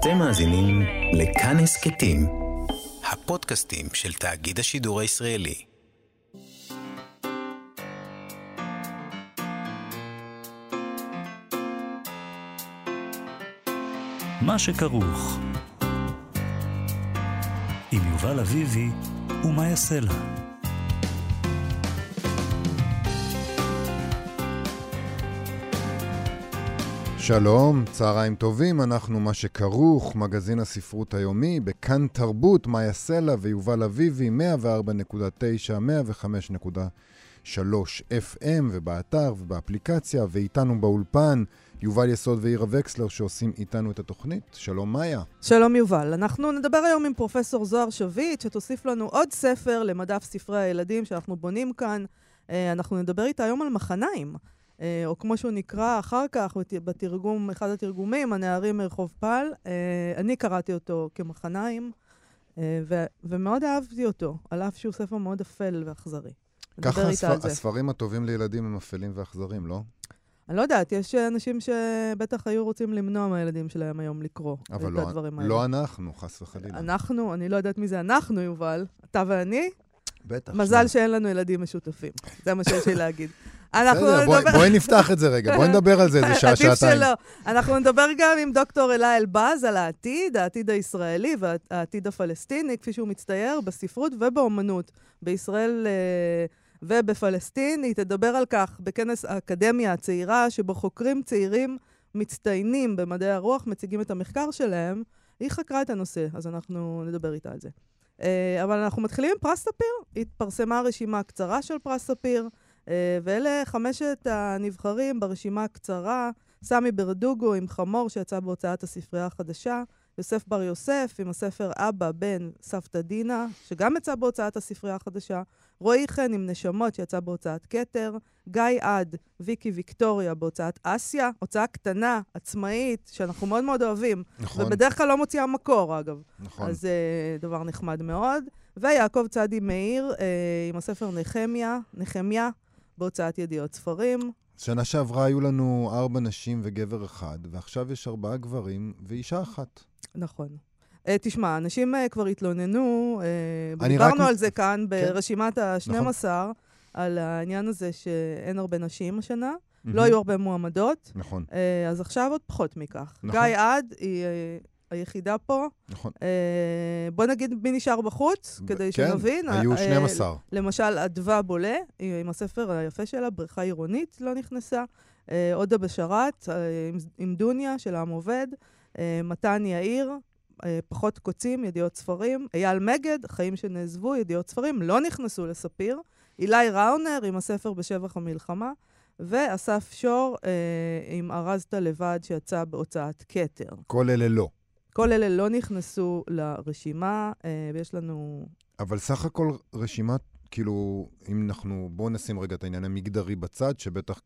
אתם מאזינים לכאן הסכתים, הפודקאסטים של תאגיד השידור הישראלי. מה שכרוך עם יובל אביבי ומה יעשה לה. שלום, צהריים טובים, אנחנו מה שכרוך, מגזין הספרות היומי, בכאן תרבות, מה יעשה לה ויובל אביבי, 104.9, 105.3 FM, ובאתר ובאפליקציה, ואיתנו באולפן, יובל יסוד ואירה וקסלר שעושים איתנו את התוכנית. שלום מאיה. שלום יובל. אנחנו נדבר היום עם פרופסור זוהר שביט, שתוסיף לנו עוד ספר למדף ספרי הילדים שאנחנו בונים כאן. אנחנו נדבר איתה היום על מחניים. או כמו שהוא נקרא אחר כך בתרגום, אחד התרגומים, הנערים מרחוב פל. אני קראתי אותו כמחניים, ומאוד אהבתי אותו, על אף שהוא ספר מאוד אפל ואכזרי. ככה הספרים הטובים לילדים הם אפלים ואכזרים, לא? אני לא יודעת, יש אנשים שבטח היו רוצים למנוע מהילדים שלהם היום לקרוא את הדברים האלה. לא אנחנו, חס וחלילה. אנחנו, אני לא יודעת מי זה אנחנו, יובל. אתה ואני? בטח. מזל שאין לנו ילדים משותפים. זה מה שיש לי להגיד. בואי נפתח את זה רגע, בואי נדבר על זה איזה שעה, שעתיים. אנחנו נדבר גם עם דוקטור אלה אלבז על העתיד הישראלי והעתיד הפלסטיני, כפי שהוא מצטייר בספרות ובאומנות, בישראל ובפלסטין. היא תדבר על כך בכנס האקדמיה הצעירה, שבו חוקרים צעירים מצטיינים במדעי הרוח, מציגים את המחקר שלהם. היא חקרה את הנושא, אז אנחנו נדבר איתה על זה. אבל אנחנו מתחילים עם פרס ספיר. התפרסמה רשימה קצרה של פרס ספיר, ואלה 5 הנבחרים ברשימה הקצרה: סמי ברדוגו עם חמור שיצא בהוצאת הספרייה החדשה, יוסף בר יוסף עם הספר אבא בן סבתא דינה שגם יצא בהוצאת הספרייה החדשה, רועי חן עם נשמות שיצא בהוצאת כתר, גיא עד ויקי ויקטוריה בהוצאת אסיה, הוצאה קטנה, עצמאית, שאנחנו מאוד מאוד אוהבים, נכון. ובדרך כלל לא מוציאה מקור אגב, נכון. אז דבר נחמד מאוד. ויעקב צדי מאיר עם הספר נחמיה בהוצאת ידיעות ספרים. שנה שעברה היו לנו 4 נשים וגבר אחד, ועכשיו יש 4 גברים ואישה אחת. נכון. תשמע, אנשים כבר התלוננו, דיברנו על זה כאן ברשימת ה-12, על העניין הזה שאין הרבה נשים השנה, לא היו הרבה מועמדות, נכון. אז עכשיו עוד פחות מכך. גיא עד היא היחידה פה. נכון. בוא נגיד מי נשאר בחוץ, כדי שנבין. היו 12. למשל, אדווה בולה, עם הספר היפה שלה, בריכה עירונית, לא נכנסה. עודה בשרת, עם דוניה של העם עובד. מתן יאיר, פחות קוצים, ידיעות ספרים. אייל מגד, חיים שנעזבו, ידיעות ספרים, לא נכנסו לספיר. אילי ראונר, עם הספר בשבח המלחמה. ואסף שור, עם ארזת לבד, שיצא בהוצאת כתר. כל אלה לא. כל אלה לא נכנסו לרשימה, ויש לנו... אבל סך הכל רשימה, כאילו, אם אנחנו... בואו נשים רגע את העניין המגדרי בצד, שבטח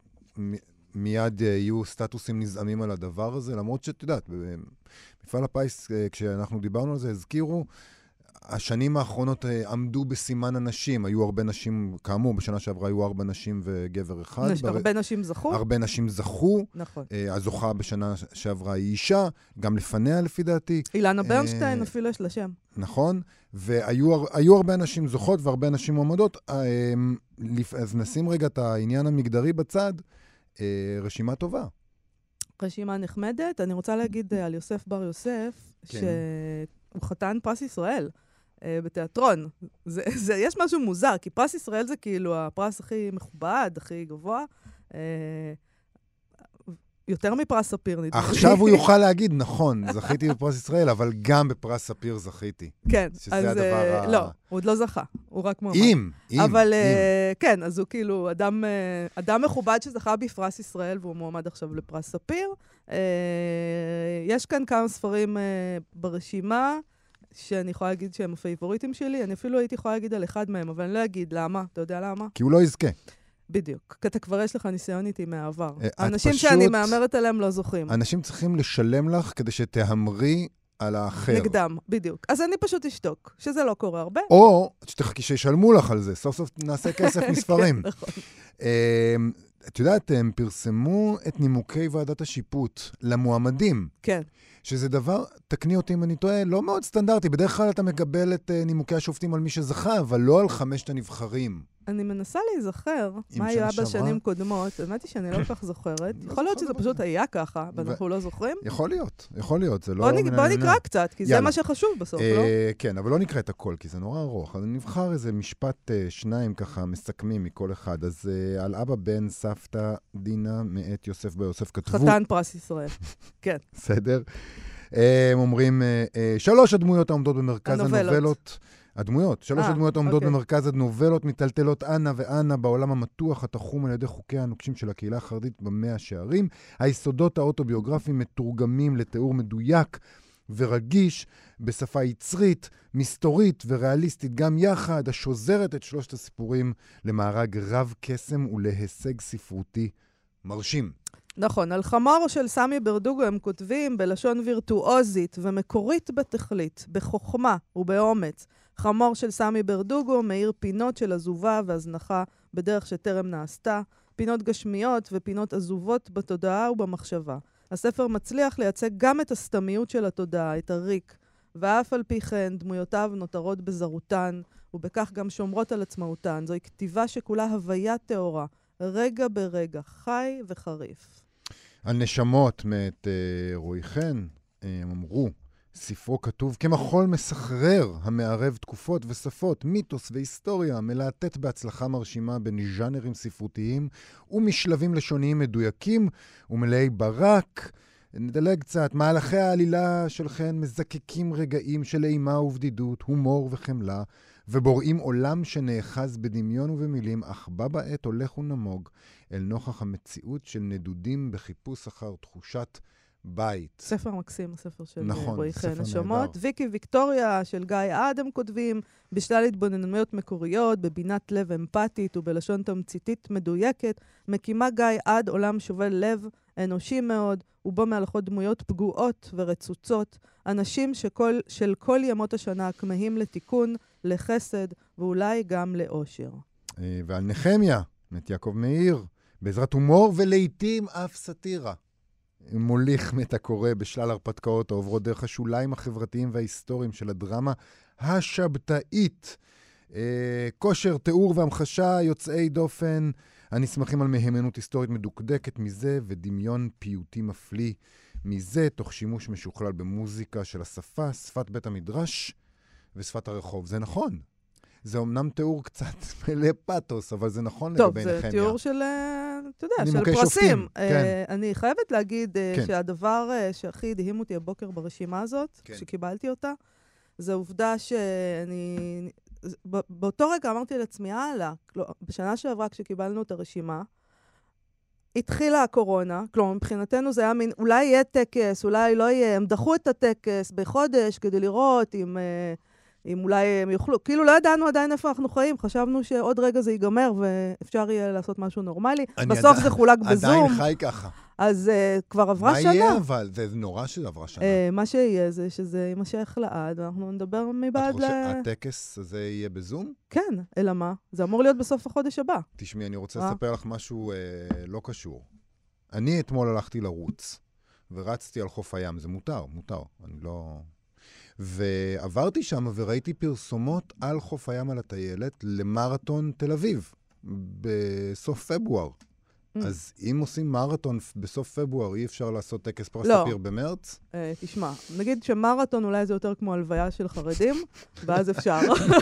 מיד יהיו סטטוסים נזעמים על הדבר הזה, למרות שאת יודעת, במפעל הפיס, כשאנחנו דיברנו על זה, הזכירו, השנים האחרונות עמדו בסימן הנשים, היו הרבה נשים, כאמור, בשנה שעברה היו 4 נשים וגבר אחד. הרבה נשים זכו? הרבה נשים זכו. נכון. הזוכה בשנה שעברה היא אישה, גם לפניה לפי דעתי. אילנה ברנשטיין, אפילו יש לה שם. נכון, והיו הרבה נשים זוכות והרבה נשים מועמדות. אז נשים רגע את העניין המגדרי בצד, רשימה טובה. רשימה נחמדת. אני רוצה להגיד על יוסף בר יוסף, שהוא חתן פרס ישראל בתיאטרון. יש משהו מוזר, כי פרס ישראל זה כאילו הפרס הכי מכובד, הכי גבוה. יותר מפרס ספיר, נדמה לי. עכשיו הוא יוכל להגיד, נכון, זכיתי בפרס ישראל, אבל גם בפרס ספיר זכיתי. כן. שזה הדבר לא, הוא עוד לא זכה, הוא רק מועמד. אבל כן, אז הוא כאילו אדם מכובד שזכה בפרס ישראל, והוא מועמד עכשיו לפרס ספיר. יש כאן כמה ספרים ברשימה, שאני יכולה להגיד שהם הפייבוריטים שלי. אני אפילו הייתי יכולה להגיד על אחד מהם, אבל אני לא אגיד למה. אתה יודע למה? כי הוא לא יזכה. בדיוק. כי אתה כבר יש לך ניסיון איתי מהעבר. האנשים שאני מאמרת עליהם לא זוכים. אנשים צריכים לשלם לך כדי שתאמרי על האחר. נגדם, בדיוק. אז אני פשוט אשתוק, שזה לא קורה הרבה. או שתחכי שישלמו לך על זה, סוף סוף נעשה כסף מספרים. כן, נכון. את יודעת, הם פרסמו את נימוקי ועדת השיפוט למועמדים. כן. שזה דבר, תקני אותי אם אני טועה, לא מאוד סטנדרטי. בדרך כלל אתה מקבל את נימוקי השופטים על מי שזכה, אבל לא על 5 הנבחרים. אני מנסה להיזכר מה שנה היה שעברה? בשנים קודמות. האמת היא שאני לא כך זוכרת. יכול להיות שזה פשוט היה ככה, ואנחנו לא זוכרים. יכול להיות, זה לא... בוא נקרא קצת, כי זה מה שחשוב בסוף, לא? כן, אבל לא נקרא את הכל, כי זה נורא ארוך. אז נבחר איזה משפט 2 ככה מסכמים מכל אחד. אז על אבא בן סבתא דינה מאת יוסף ביוסף כתבו... חתן פרס ישראל. כן. בסדר. הם אומרים, 3 הדמויות העומדות במרכז הנובלות. הדמויות. 3 הדמויות העומדות במרכז הנובלות, מטלטלות אנה ואנה בעולם המתוח, התחום על ידי חוקי הנוקשים של הקהילה החרדית במאה השערים. היסודות האוטוביוגרפיים מתורגמים לתיאור מדויק ורגיש, בשפה יצרית, מסתורית וריאליסטית גם יחד, השוזרת את 3 הסיפורים למארג רב קסם ולהישג ספרותי מרשים. נכון, על חמור של סמי ברדוגו הם כותבים בלשון וירטואוזית ומקורית בתכלית, בחוכמה ובאומץ. חמור של סמי ברדוגו מאיר פינות של עזובה והזנחה בדרך שטרם נעשתה, פינות גשמיות ופינות עזובות בתודעה ובמחשבה. הספר מצליח לייצג גם את הסתמיות של התודעה, את הריק, ואף על פי כן דמויותיו נותרות בזרותן, ובכך גם שומרות על עצמאותן. זוהי כתיבה שכולה הוויה תאורה, רגע ברגע, חי וחריף. על נשמות מאת רועי חן, הם אמרו, ספרו כתוב כמחול מסחרר, המערב תקופות ושפות, מיתוס והיסטוריה, מלהטט בהצלחה מרשימה בין ז'אנרים ספרותיים ומשלבים לשוניים מדויקים ומלאי ברק. נדלג קצת, מהלכי העלילה שלכן מזקקים רגעים של אימה ובדידות, הומור וחמלה, ובוראים עולם שנאחז בדמיון ובמילים, אך בה בעת הולך ונמוג, אל נוכח המציאות של נדודים בחיפוש אחר תחושת בית. ספר מקסים, הספר של רועי חן. נשמות. ויקי ויקטוריה של גיא אדם כותבים, בשלל התבוננויות מקוריות, בבינת לב אמפתית ובלשון תמציתית מדויקת, מקימה גיא עד עולם שובל לב, אנושי מאוד, ובו מהלכות דמויות פגועות ורצוצות, אנשים של כל ימות השנה כמהים לתיקון, לחסד ואולי גם לאושר. ועל נחמיה, מת יעקב מאיר, בעזרת הומור ולעיתים אף סטירה. מוליך מת הקורא בשלל הרפתקאות העוברות דרך השוליים החברתיים וההיסטוריים של הדרמה השבתאית. כושר, תיאור והמחשה יוצאי דופן, הנסמכים על מהימנות היסטורית מדוקדקת מזה ודמיון פיוטי מפליא מזה, תוך שימוש משוכלל במוזיקה של השפה, שפת בית המדרש ושפת הרחוב. זה נכון. זה אמנם תיאור קצת מלא פאטוס, אבל זה נכון לגבי נחמיה. טוב, זה תיאור של, אתה יודע, של נימוקי פרסים. שופטים, כן. אני חייבת להגיד כן. שהדבר שהכי הדהים אותי הבוקר ברשימה הזאת, כן. שקיבלתי אותה, זה העובדה באותו רגע אמרתי לעצמי, בשנה שעברה כשקיבלנו את הרשימה, התחילה הקורונה, כלומר, מבחינתנו זה היה מין, אולי יהיה טקס, אולי לא יהיה, הם דחו את הטקס בחודש כדי לראות אם אולי הם יוכלו, כאילו לא ידענו עדיין איפה אנחנו חיים, חשבנו שעוד רגע זה ייגמר ואפשר יהיה לעשות משהו נורמלי. בסוף זה חולק בזום. עדיין חי ככה. אז כבר עברה שנה. מה יהיה אבל? זה נורא שזה עברה שנה. מה שיהיה זה שזה יימשך לעד, ואנחנו נדבר מבעד הטקס הזה יהיה בזום? כן, אלא מה? זה אמור להיות בסוף החודש הבא. תשמעי, אני רוצה לספר לך משהו לא קשור. אני אתמול הלכתי לרוץ, ורצתי על חוף הים. זה מותר. אני לא... ועברתי שם וראיתי פרסומות על חוף הים על הטיילת למרתון תל אביב בסוף פברואר. אז אם עושים מרתון בסוף פברואר, אי אפשר לעשות טקס פרס ספיר במרץ? תשמע, נגיד שמרתון אולי זה יותר כמו הלוויה של חרדים, ואז אפשר.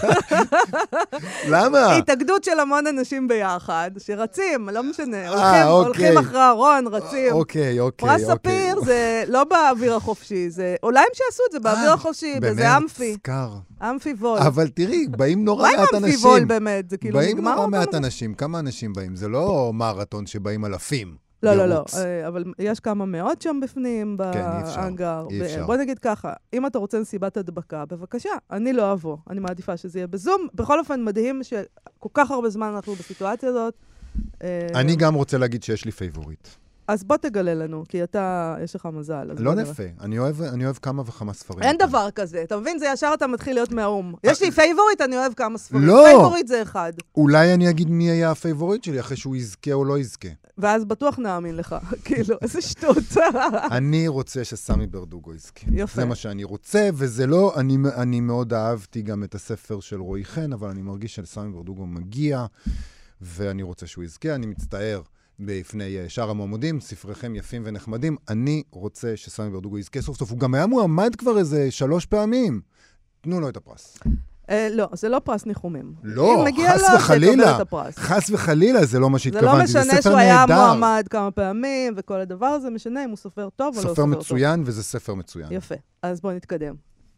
למה? התאגדות של המון אנשים ביחד, שרצים, לא משנה, הולכים אחרי ארון, רצים. אוקיי. פרס ספיר זה לא באוויר החופשי, זה אולי הם שעשו את זה באוויר החופשי, וזה אמפי. אמפי וול. אבל תראי, באים נורא מעט אנשים. מה עם אמפי וול באמת? זה כאילו נגמר? באים נורא מעט אנשים. כמה אנשים באים? זה לא מרתון שבאים אלפים. לא, אבל יש כמה מאות שם בפנים באנגר. אי אפשר. בוא נגיד ככה, אם אתה רוצה נסיבת הדבקה, בבקשה, אני לא אבוא. אני מעדיפה שזה יהיה בזום. בכל אופן, מדהים שכל כך הרבה זמן אנחנו בסיטואציה הזאת. אני גם רוצה להגיד שיש לי פייבוריט. אז בוא תגלה לנו, כי אתה, יש לך מזל. לא נפה, אני אוהב כמה וכמה ספרים. אין דבר כזה, אתה מבין? זה ישר אתה מתחיל להיות מהאום. יש לי פייבוריט, אני אוהב כמה ספרים. לא! פייבוריט זה אחד. אולי אני אגיד מי היה הפייבוריט שלי, אחרי שהוא יזכה או לא יזכה. ואז בטוח נאמין לך. כאילו, איזה שטות. אני רוצה שסמי ברדוגו יזכה. יפה. זה מה שאני רוצה, וזה לא, אני מאוד אהבתי גם את הספר של רועי חן, אבל אני מרגיש שסמי ברדוגו מגיע, ואני רוצה שהוא יזכה. אני מצטער בפני שאר המועמדים, ספריכם יפים ונחמדים. אני רוצה שסמי ברדוגו יזכה סוף סוף. הוא גם היה מועמד כבר איזה 3 פעמים. תנו לו את הפרס. לא, זה לא פרס ניחומים. לא, חס וחלילה. חס וחלילה, זה לא מה שהתכוונתי. זה לא משנה שהוא היה מועמד כמה פעמים, וכל הדבר הזה משנה אם הוא סופר טוב או לא סופר טוב. סופר מצוין, וזה ספר מצוין. יפה, אז בואו נתקדם.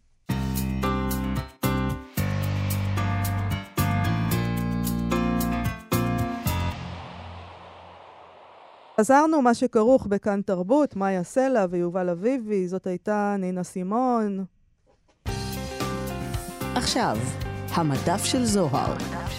חזרנו מה שכרוך בכאן תרבות, מאיה סלע ויובל אביבי, זאת הייתה נינה סימון. עכשיו, המדף של זוהר.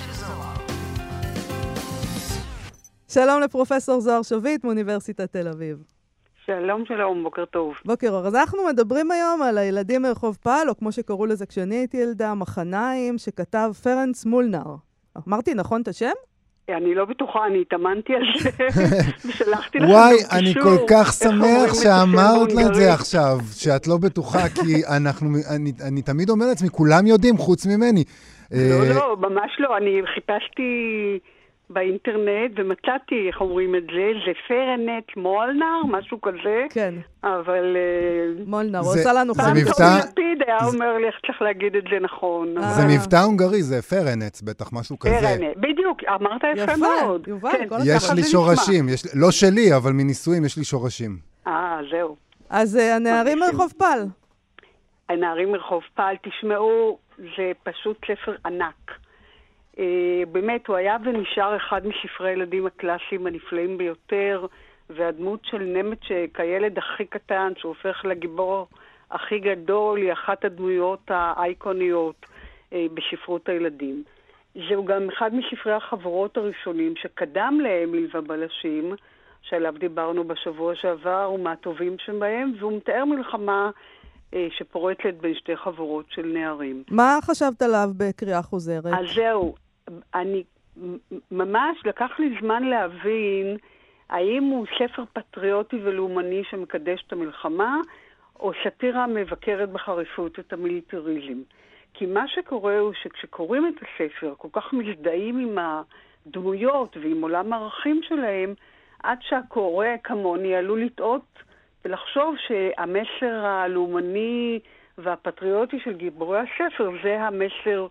שלום לפרופסור זוהר שביט מאוניברסיטת תל אביב. שלום, שלום, בוקר טוב. בוקר אור. אז אנחנו מדברים היום על הילדים מרחוב פעל, או כמו שקראו לזה כשאני הייתי ילדה, מחניים, שכתב פרנץ מולנר. אמרתי נכון את השם? אני לא בטוחה, אני התאמנתי על זה, ושלחתי לכם וואי, אני כל כך שמח שאמרת לה את זה עכשיו, שאת לא בטוחה, כי אני תמיד אומר לעצמי, כולם יודעים חוץ ממני. לא, ממש לא, אני חיפשתי באינטרנט ומצאתי, איך אומרים את זה, זה פרנט מולנר, משהו כזה. כן. אבל... מולנר, הוא עושה לנו זה מבטא... לפיד היה אומר לי איך צריך להגיד את זה נכון. זה מבטא הונגרי, זה פרנץ, בטח משהו כזה. פרנט, בדיוק, אמרת יפה מאוד. יובל, כל הכבוד. יש לי שורשים, לא שלי, אבל מנישואים יש לי שורשים. זהו. אז הנערים מרחוב פעל. הנערים מרחוב פעל, תשמעו, זה פשוט ספר ענק. באמת, הוא היה ונשאר אחד מספרי הילדים הקלאסיים הנפלאים ביותר, והדמות של נמצ'ק, הילד הכי קטן שהופך לגיבור הכי גדול, היא אחת הדמויות האייקוניות בספרות הילדים. זהו גם אחד מספרי החברות הראשונים שקדם לאמיל והבלשים, שעליו דיברנו בשבוע שעבר, ומהטובים שבהם, והוא מתאר מלחמה שפורצת בין שתי חברות של נערים. מה חשבת עליו בקריאה חוזרת? אז זהו, אני ממש לקח לי זמן להבין האם הוא ספר פטריוטי ולאומני שמקדש את המלחמה, או סאטירה מבקרת בחריפות את המיליטריזם. כי מה שקורה הוא שכשקוראים את הספר, כל כך מזדהים עם הדמויות ועם עולם הערכים שלהם, עד שהקורא כמוני עלול לטעות ולחשוב שהמסר הלאומני והפטריוטי של גיבורי הספר זה המסר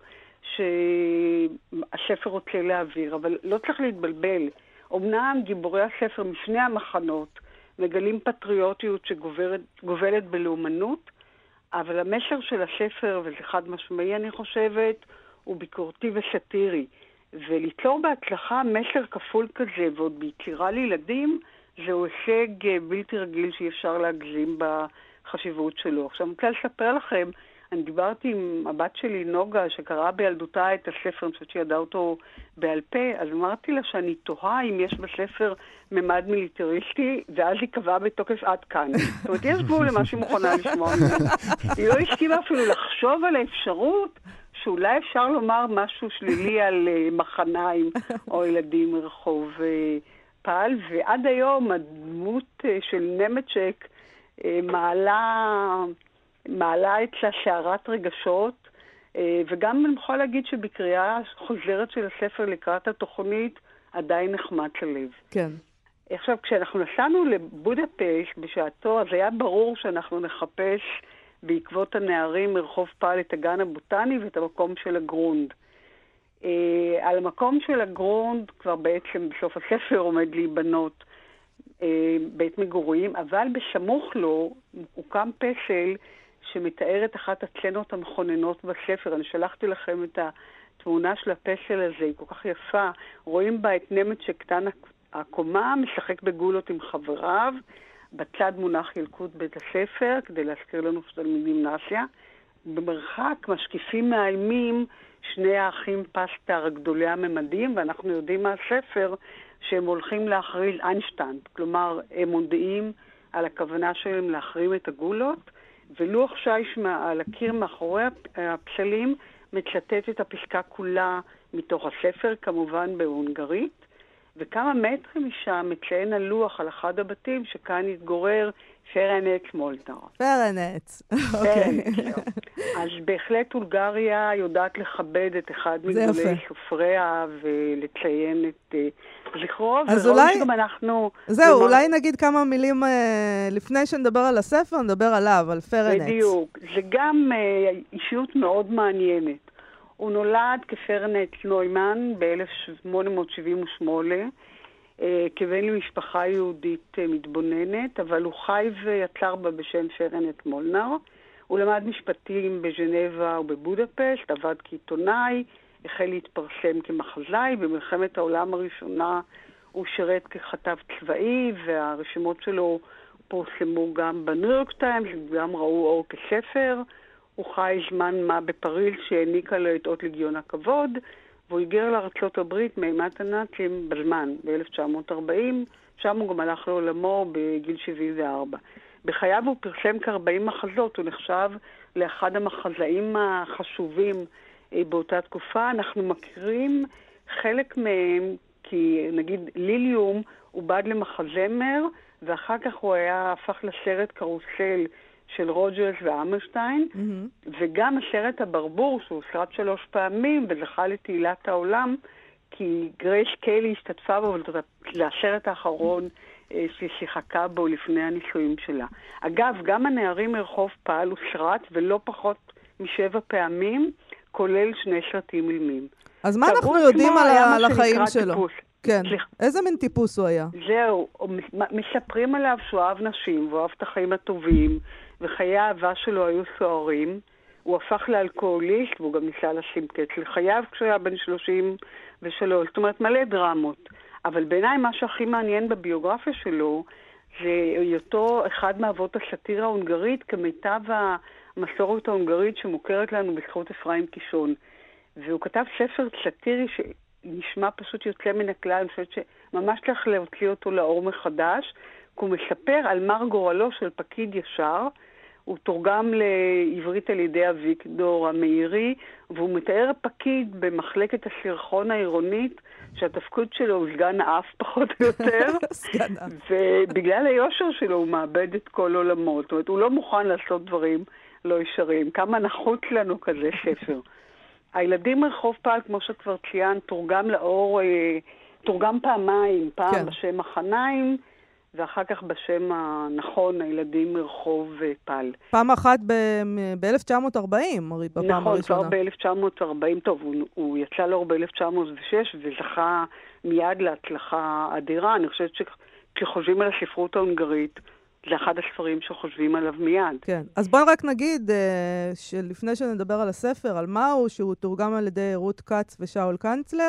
שהספר רוצה להעביר. אבל לא צריך להתבלבל. אמנם גיבורי הספר משני המחנות מגלים פטריוטיות שגובלת בלאומנות, אבל המסר של הספר, וזה חד משמעי אני חושבת, הוא ביקורתי וסטירי. וליצור בהצלחה מסר כפול כזה, ועוד ביצירה לילדים, זהו הישג בלתי רגיל שאי אפשר להגזים בחשיבות שלו. עכשיו, אני רוצה לספר לכם, אני דיברתי עם הבת שלי נוגה, שקראה בילדותה את הספר, אני חושבת שידעה אותו בעל פה, אז אמרתי לה שאני תוהה אם יש בספר ממד מיליטריסטי, ואז היא קבעה בתוקף עד כאן. זאת אומרת, יש גבול למה שהיא מוכנה לשמוע. היא לא הסכימה אפילו לחשוב על האפשרות שאולי אפשר לומר משהו שלילי על מחניים או ילדים מרחוב פעל, ועד היום הדמות של נמצ'ק מעלה אצלה שערת רגשות, וגם אני יכולה להגיד שבקריאה חוזרת של הספר לקראת התוכנית עדיין נחמץ הלב. כן. עכשיו, כשאנחנו נסענו לבודפשט בשעתו, אז היה ברור שאנחנו נחפש בעקבות הנערים מרחוב פעל את הגן הבוטני ואת המקום של הגרונד. על המקום של הגרונד כבר בעצם בסוף הספר עומד להיבנות בית מגורים, אבל בסמוך לו הוקם פסל שמתאר את אחת הסצנות המכוננות בספר. אני שלחתי לכם את התמונה של הפסל הזה, היא כל כך יפה. רואים בה את נמצ'ק קטן הקומה, משחק בגולות עם חבריו, בצד מונח ילקוט בית הספר, כדי להזכיר לנו שזה גימנסיה. במרחק משקיפים מאיימים שני האחים פסטר גדולי הממדים, ואנחנו יודעים מהספר שהם הולכים להכריז איינשטיין. כלומר, הם מודיעים על הכוונה שלהם להחרים את הגולות, ולוח שיש על הקיר מאחורי הפסלים מצטט את הפסקה כולה מתוך הספר, כמובן בהונגרית, וכמה מטרים משם מציין הלוח על אחד הבתים שכאן התגורר פרנץ מולטר. פרנץ, אוקיי. אז בהחלט הונגריה יודעת לכבד את אחד מגדולי סופריה ולציין את זכרו, וראוי שגם אנחנו... זהו, אולי נגיד כמה מילים לפני שנדבר על הספר, נדבר עליו, על פרנץ. בדיוק. זה גם אישיות מאוד מעניינת. הוא נולד כפרנץ נוימן ב-1878, כבן למשפחה יהודית מתבוננת, אבל הוא חי ויצר בה בשם פרנץ מולנר. הוא למד משפטים בז'נבה ובבודפשט, עבד כעיתונאי, החל להתפרסם כמחזאי. במלחמת העולם הראשונה הוא שירת ככתב צבאי, והרשימות שלו פורסמו גם בניו יורק טיימס, גם ראו אור כספר. הוא חי זמן מה בפריז שהעניקה לו את אות לגיון הכבוד, והוא היגר לארצות הברית מאימת הנאצים בזמן, ב-1940, שם הוא גם הלך לעולמו בגיל 74. בחייו הוא פרסם כ-40 מחזות, הוא נחשב לאחד המחזאים החשובים באותה תקופה. אנחנו מכירים חלק מהם, כי נגיד ליליום הוא בד למחזמר, ואחר כך הוא הפך לסרט קרוסל של רוג'רס ואמרשטיין, וגם הסרט הברבור, שהוא סרט 3 פעמים, וזכה לתהילת העולם, כי גרייס קיילי השתתפה בו, זה הסרט האחרון ששיחקה בו לפני הנישואים שלה. אגב, גם הנערים מרחוב פעל הוא סרט, ולא פחות מ7 פעמים, כולל 2 סרטים אילמים. אז מה אנחנו יודעים על החיים שלו? כן, איזה מין טיפוס הוא היה? זהו, מספרים עליו שהוא אהב נשים, והוא אהב את החיים הטובים, וחיי האהבה שלו היו סוערים. הוא הפך לאלכוהוליסט, והוא גם ניסה לשים קץ לחייו כשהוא היה בן 33, זאת אומרת מלא דרמות. אבל בעיניי מה שהכי מעניין בביוגרפיה שלו, זה היותו אחד מאבות הסאטירה ההונגרית, כמיטב המסורת ההונגרית שמוכרת לנו בזכות אפרים קישון. והוא כתב ספר סאטירי שנשמע פשוט יוצא מן הכלל, אני חושבת שממש צריך להוציא אותו לאור מחדש, כי הוא מספר על מר גורלו של פקיד ישר. הוא תורגם לעברית על ידי אביגדור המאירי, והוא מתאר פקיד במחלקת הסירחון העירונית, שהתפקוד שלו הוא סגן האף פחות או יותר, ובגלל היושר שלו הוא מאבד את כל עולמו. זאת אומרת, הוא לא מוכן לעשות דברים לא ישרים. כמה נחוץ לנו כזה ספר. הילדים מרחוב פעל, כמו שכבר ציין, תורגם לאור, תורגם פעמיים, פעם בשם החניים, ואחר כך בשם הנכון, הילדים מרחוב פעל. פעם אחת ב-1940, בפעם נכון, הראשונה. כבר ב-1940, טוב, הוא יצא לאור ב-1906, וזכה מיד להצלחה אדירה. אני חושבת שכשחושבים על הספרות ההונגרית, זה אחד הספרים שחושבים עליו מיד. כן, אז בואו רק נגיד, שלפני שנדבר על הספר, על מהו, שהוא תורגם על ידי רות קץ ושאול קנצלר,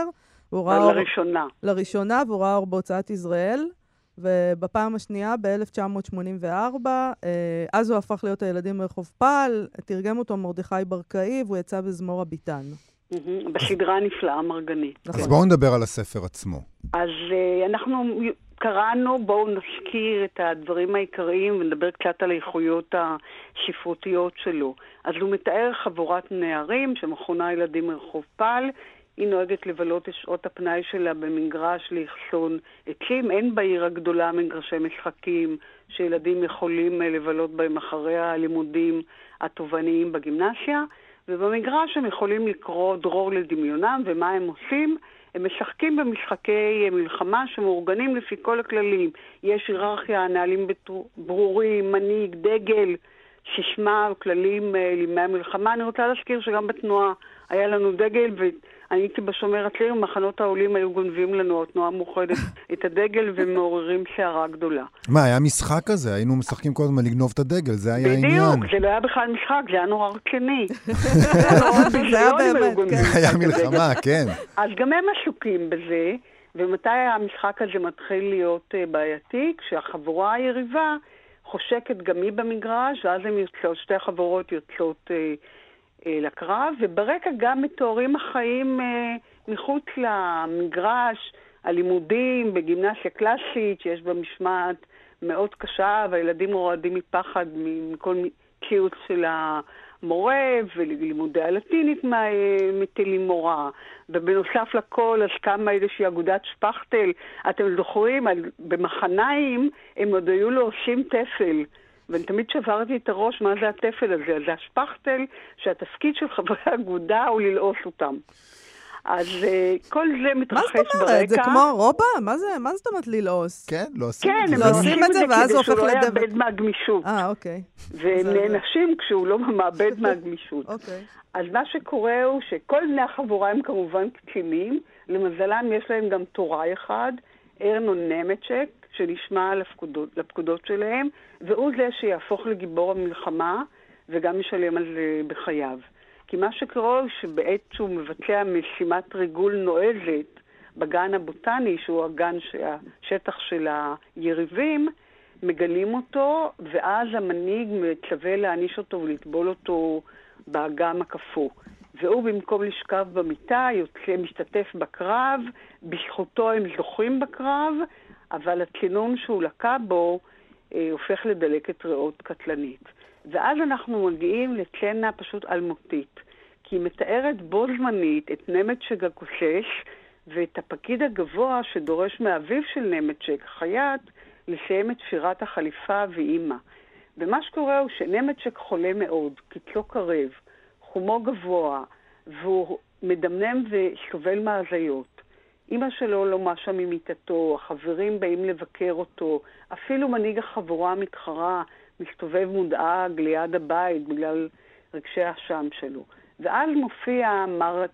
לראשונה, והוא ראה אור בהוצאת ישראל, ובפעם השנייה, ב-1984, אז הוא הפך להיות הילדים מרחוב פעל, תרגם אותו מרדכי ברקאי, והוא יצא בזמור הביטן. בסדרה נפלאה מרגנית. אז בואו נדבר על הספר עצמו. אז אנחנו קראנו, בואו נזכיר את הדברים העיקריים, ונדבר קצת על האיכויות הספרותיות שלו. אז הוא מתאר חבורת נערים, שמכונה ילדים מרחוב פעל, היא נוהגת לבלות את שעות הפנאי שלה במגרש לאחסון עצים. אין בעיר הגדולה מגרשי משחקים שילדים יכולים לבלות בהם אחרי הלימודים התובעניים בגימנסיה, ובמגרש הם יכולים לקרוא דרור לדמיונם, ומה הם עושים? הם משחקים במשחקי מלחמה שמאורגנים לפי כל הכללים. יש היררכיה, נהלים ברורים, מנהיג, דגל, ששמה וכללים לימי המלחמה. אני רוצה להזכיר שגם בתנועה היה לנו דגל, ואני הייתי בשומר הצעיר, מחנות העולים היו גונבים לנו, התנועה מאוחדת, את הדגל ומעוררים שערה גדולה. מה, היה משחק כזה? היינו משחקים כל הזמן לגנוב את הדגל, זה היה העניין. בדיוק, זה לא היה בכלל משחק, זה היה נורא רציני. זה היה באמת, כן. זה היה מלחמה, כן. אז גם הם עסוקים בזה, ומתי המשחק הזה מתחיל להיות בעייתי? כשהחבורה היריבה חושקת גם היא במגרש, ואז הם יוצאות, שתי החבורות יוצאות לקרב, וברקע גם מתוארים החיים מחוץ למגרש, הלימודים בגימנסיה קלאסית, שיש בה משמעת מאוד קשה, והילדים מורדים מפחד מכל ציוץ של המורה, ולימודי הלטינית מטילים מורה. ובנוסף לכל, אז קמה איזושהי אגודת שפכטל. אתם זוכרים, במחניים הם עוד היו לו עושים טפל. ואני תמיד שברתי את הראש מה זה הטפל הזה. אז זה השפכטל שהתפקיד של חברי האגודה הוא ללעוס אותם. אז כל זה מתרחש ברקע. מה זאת אומרת? זה כמו רובה? מה זאת אומרת ללעוס? כן, לא עושים כן, את זה. הם לא עושים את זה ואז הוא הופך כדי שהוא לא לדבק. יאבד מהגמישות. אוקיי. והם נענשים כשהוא לא מאבד מהגמישות. אוקיי. אז מה שקורה הוא שכל בני החבורה הם כמובן קצינים, למזלם יש להם גם תורה אחד, ארנון נמצ'ק, שנשמע לפקודות שלהם, והוא זה שיהפוך לגיבור המלחמה, וגם ישלם על זה בחייו. כי מה שקורה הוא שבעת שהוא מבצע משימת ריגול נועזת בגן הבוטני, שהוא הגן השטח של היריבים, מגלים אותו, ואז המנהיג מצווה להעניש אותו ולטבול אותו באגם הקפוא. והוא במקום לשכב במיטה יוצא משתתף בקרב, בזכותו הם זוכים בקרב, אבל הצינון שהוא לקה בו הופך לדלקת ריאות קטלנית. ואז אנחנו מגיעים לצנה פשוט אלמותית, כי היא מתארת בו זמנית את נמצ'ק הכוסס ואת הפקיד הגבוה שדורש מאביו של נמצ'ק, חייט, לסיים את שירת החליפה ואימא. ומה שקורה הוא שנמצ'ק חולה מאוד, קצלו קרב, חומו גבוה, והוא מדמנם וסובל מהזיות. אמא שלו לא משה ממיטתו, החברים באים לבקר אותו, אפילו מנהיג החבורה המתחרה מסתובב מודאג ליד הבית בגלל רגשי האשם שלו. ואז מופיע מר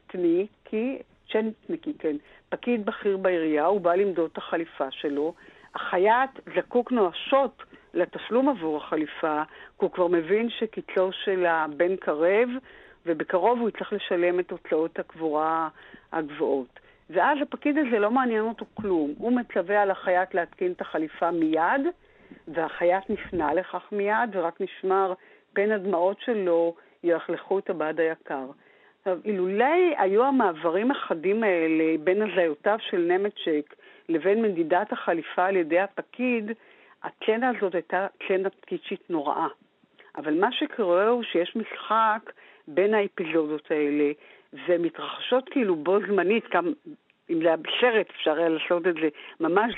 צ'נטניקי, כן, פקיד בכיר בעירייה, הוא בא למדוד את החליפה שלו. החייט זקוק נואשות לתשלום עבור החליפה, כי הוא כבר מבין שקיצו של הבן קרב, ובקרוב הוא יצטרך לשלם את הוצאות הקבורה הגבוהות. ואז הפקיד הזה לא מעניין אותו כלום. הוא מצווה על החייט להתקין את החליפה מיד, והחייט נפנה לכך מיד, ורק נשמר בין הדמעות שלו יחלכו את הבד היקר. עכשיו, אילולי היו המעברים החדים האלה בין הזיותיו של נמצ'ק לבין מדידת החליפה על ידי הפקיד, הצנה הזאת הייתה צנה פקידשית נוראה. אבל מה שקורה הוא שיש משחק בין האפיזודות האלה, ומתרחשות כאילו בו זמנית, אם זה היה בסרט אפשר היה לעשות את זה ממש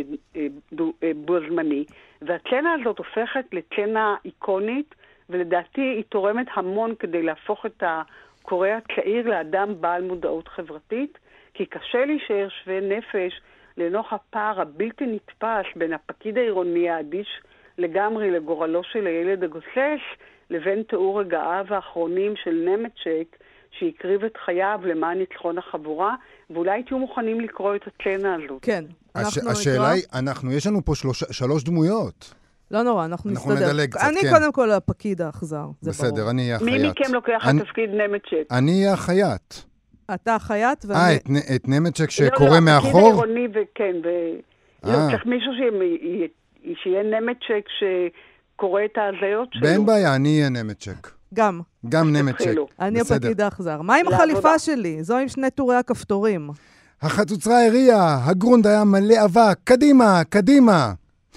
בו זמני, והצנה הזאת הופכת לצנה איקונית, ולדעתי היא תורמת המון כדי להפוך את הקורא הצעיר לאדם בעל מודעות חברתית, כי קשה להישאר שווה נפש לנוכח הפער הבלתי נתפס בין הפקיד העירוני האדיש לגמרי לגורלו של הילד הגוסס, לבין תיאור רגעיו האחרונים של נמצ'ק, שהקריב את חייו למען ניצחון החבורה, ואולי תהיו מוכנים לקרוא את הצנה הזאת. כן. השאלה היא, יש לנו פה 3 דמויות. לא נורא, אנחנו נסתדר. נדלג קצת, אני כן. קודם כל הפקיד האכזר, זה ברור. בסדר, אני אהיה החייט. מי מכם לוקח את תפקיד נמצ'ק? אני אהיה החייט. אתה החייט ואני... את נמצ'ק שקורא מאחור? הפקיד העירוני וכן, צריך מישהו שיהיה נמצ'ק שקורא את ההזיות שלו. באין בעיה, אני אהיה נמצ'ק. גם נמצ'ק. אני הפקיד האכזר. מה עם החליפה שלי? זו עם 2 טורי הכפתורים. החצוצרה הריעה, הגרונד היה מלא אבק, קדימה.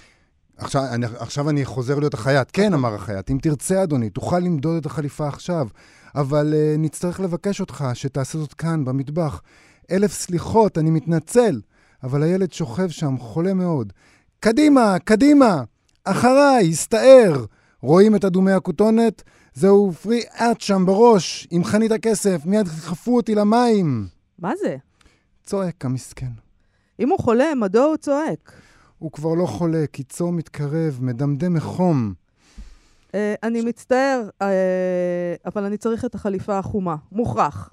עכשיו אני חוזר להיות החייט. כן, אמר החייט, אם תרצה אדוני, תוכל למדוד את החליפה עכשיו, אבל נצטרך לבקש אותך שתעשה זאת כאן במטבח. 1000 סליחות, אני מתנצל, אבל הילד שוכב שם, חולה מאוד. קדימה, אחריי, הסתער. רואים את אדומי הכותונת? זהו פרי עט שם בראש, עם חנית הכסף, מיד חפו אותי למים. מה זה? צועק המסכן. אם הוא חולה, מדוע הוא צועק? הוא כבר לא חולה, קיצו מתקרב, מדמדם מחום. אני מצטער, אבל אני צריך את החליפה החומה. מוכרח.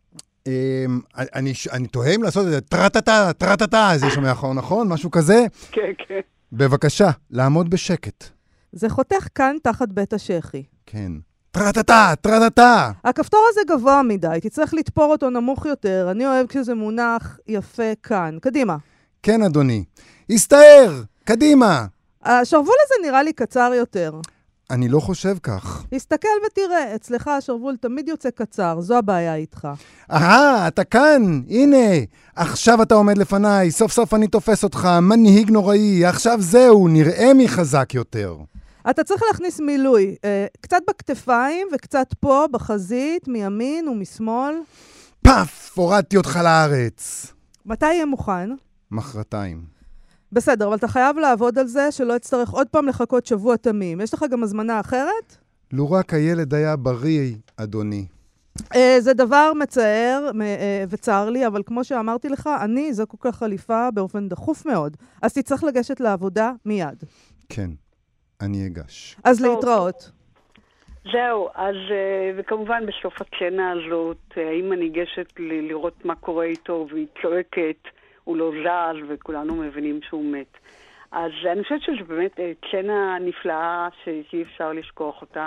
אני תוהה אם לעשות את זה, טרטטה, זה יש שם מאחור, נכון? משהו כזה? כן. בבקשה, לעמוד בשקט. זה חותך כאן תחת בית השכי. כן. טרטטה. הכפתור הזה גבוה מדי, תצטרך לתפור אותו נמוך יותר. אני אוהב כשזה מונח יפה כאן. קדימה. כן, אדוני. הסתער, קדימה. השרוול הזה נראה לי קצר יותר. אני לא חושב כך. תסתכל ותראה, אצלך השרוול תמיד יוצא קצר, זו הבעיה איתך. אתה כאן, הנה, עכשיו אתה עומד לפניי, סוף סוף אני תופס אותך, מנהיג נוראי, עכשיו זהו, נראה מי חזק יותר. אתה צריך להכניס מילוי, קצת בכתפיים וקצת פה, בחזית, מימין ומשמאל. פאף, הורדתי אותך לארץ. מתי יהיה מוכן? מחרתיים. בסדר, אבל אתה חייב לעבוד על זה, שלא יצטרך עוד פעם לחכות שבוע תמים. יש לך גם הזמנה אחרת? לו רק הילד היה בריא, אדוני. זה דבר מצער וצער לי, אבל כמו שאמרתי לך, אני זקוק לחליפה באופן דחוף מאוד. אז תצטרך לגשת לעבודה מיד. כן, אני אגש. אז להתראות. זהו, אז וכמובן בסוף הצ'נה הזאת, האם אני ניגשת לראות מה קורה איתו, והיא צועקת, הוא לא זז, וכולנו מבינים שהוא מת. אז אני חושבת שזו באמת צ'נה נפלאה שאי אפשר לשכוח אותה.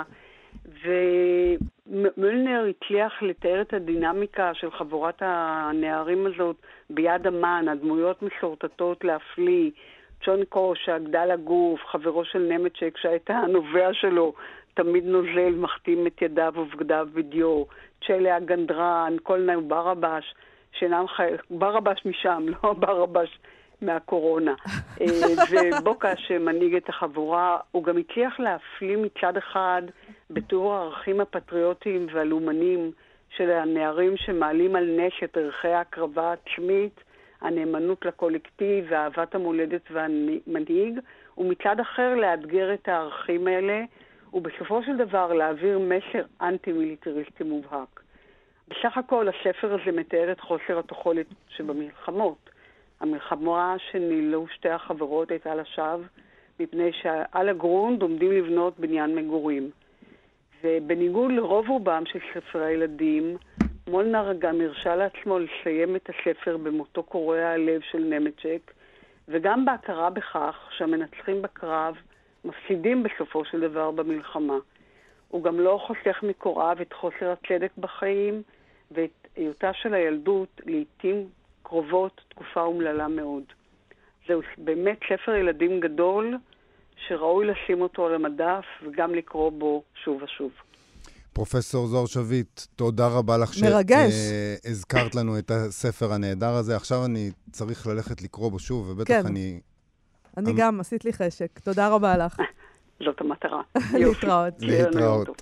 ומולנר הצליח לתאר את הדינמיקה של חבורת הנערים הזאת ביד אמן, הדמויות מסורטטות להפליא, ג'ון קוש, הגדל הגוף, חברו של נמצ'ק שהייתה הנובע שלו, תמיד נוזל, מחתים את ידיו ובגדיו בדיו, צ'לה הגנדרן, קולנאי ברבש, ברבש משם, לא ברבש מהקורונה. ובוקה שמנהיג את החבורה, הוא גם הצליח להפליא מצד אחד בתיאור הערכים הפטריוטיים והלאומנים של הנערים שמעלים על נש את ערכי ההקרבה העצמית, הנאמנות לקולקטיב ואהבת המולדת והמנהיג, ומצד אחר לאתגר את הערכים האלה, ובסופו של דבר להעביר מסר אנטי-מיליטריסטי מובהק. בסך הכל הספר הזה מתאר את חוסר התוחלת שבמלחמות. המלחמה שנילאו שתי החברות הייתה לשווא, מפני שעל הגרונד עומדים לבנות בניין מגורים. ובניגוד לרוב רובם של ספרי הילדים, מולנר גם הרשה לעצמו לסיים את הספר במותו קורע הלב של נמצ'ק, וגם בהכרה בכך שהמנצחים בקרב מפסידים בסופו של דבר במלחמה. הוא גם לא חוסך מקוראיו את חוסר הצדק בחיים, ואת היותה של הילדות לעתים קרובות תקופה אומללה מאוד. זהו באמת ספר ילדים גדול, שראוי לשים אותו על המדף וגם לקרוא בו שוב ושוב. פרופסור זוהר שביט, תודה רבה לך שהזכרת לנו את הספר הנהדר הזה. עכשיו אני צריך ללכת לקרוא בו שוב, ובטח כן. אני גם עשית לי חשק. תודה רבה לך. זאת המטרה. להתראות. להתראות.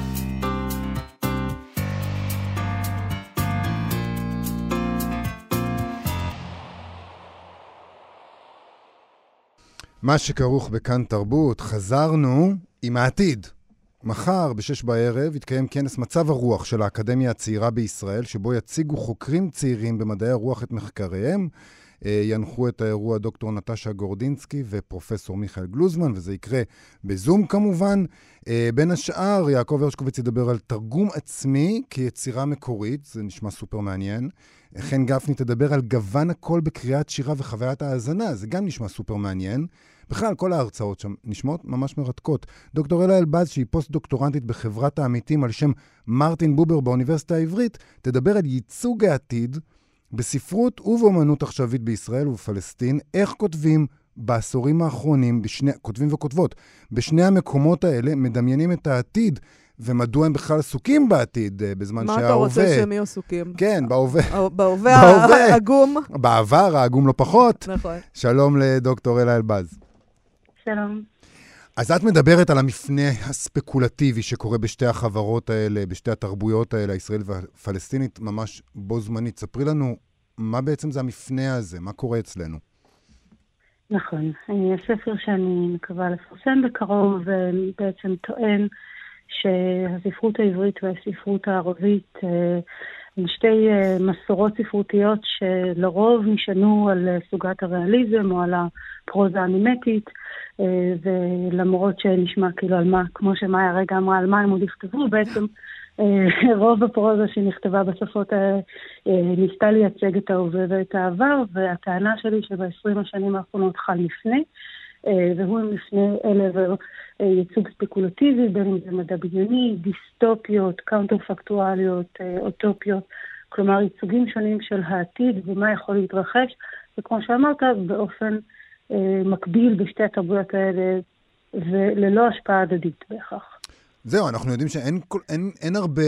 מה שכרוך בכאן תרבות, חזרנו עם העתיד. מחר ב-6 בערב יתקיים כנס מצב הרוח של האקדמיה הצעירה בישראל, שבו יציגו חוקרים צעירים במדעי הרוח את מחקריהם. ינחו את האירוע דוקטור נטשה גורדינסקי ופרופסור מיכאל גלוזמן, וזה יקרה בזום כמובן. בין השאר, יעקב הרשקוביץ ידבר על תרגום עצמי כיצירה מקורית, זה נשמע סופר מעניין. חן גפני תדבר על גוון הקול בקריאת שירה וחוויית ההאזנה, זה גם נשמע סופר מעניין. בכלל, כל ההרצאות שם נשמעות ממש מרתקות. דוקטור אלה אלבז, שהיא פוסט-דוקטורנטית בחברת העמיתים על שם מרטין בובר באוניברסיטה העברית, תדבר על ייצוג העתיד בספרות ובאמנות עכשווית בישראל ובפלסטין, איך כותבים בעשורים האחרונים, כותבים וכותבות, בשני המקומות האלה מדמיינים את העתיד, ומדוע הם בכלל עסוקים בעתיד, בזמן שההווה... מה אתה רוצה שהם יהיו עסוקים? כן, בהווה. בהווה העגום. בעבר העגום לא פחות. נכון. שלום לדוקטור אלה אלבז. שלום. אז את מדברת על המפנה הספקולטיבי שקורה בשתי החברות האלה, בשתי התרבויות האלה, הישראלית והפלסטינית, ממש בו זמנית. ספרי לנו מה בעצם זה המפנה הזה, מה קורה אצלנו. נכון. הספר שאני מקווה לפרסם בקרוב בעצם טוען שהספרות העברית והספרות הערבית הן שתי מסורות ספרותיות שלרוב נשענו על סוגת הריאליזם או על הפרוזה הנימטית, ולמרות שנשמע כאילו על מה, כמו שמאיה הרגע אמרה, על מה הם עוד יכתבו, בעצם רוב הפרוזה שנכתבה בשפות ניסתה לייצג את ההווה ואת העבר, והטענה שלי שב-20 השנים האחרונות חל מפנה, והוא מפנה אל עבר ייצוג ספקולטיבי, בין אם זה מדע בדיוני, דיסטופיות, קאונטר-פקטואליות, אוטופיות, כלומר ייצוגים שונים של העתיד ומה יכול להתרחש, וכמו שאמרת, באופן מקביל בשתי התרבויות האלה וללא השפעה הדדית בהכרח. זהו, אנחנו יודעים שאין הרבה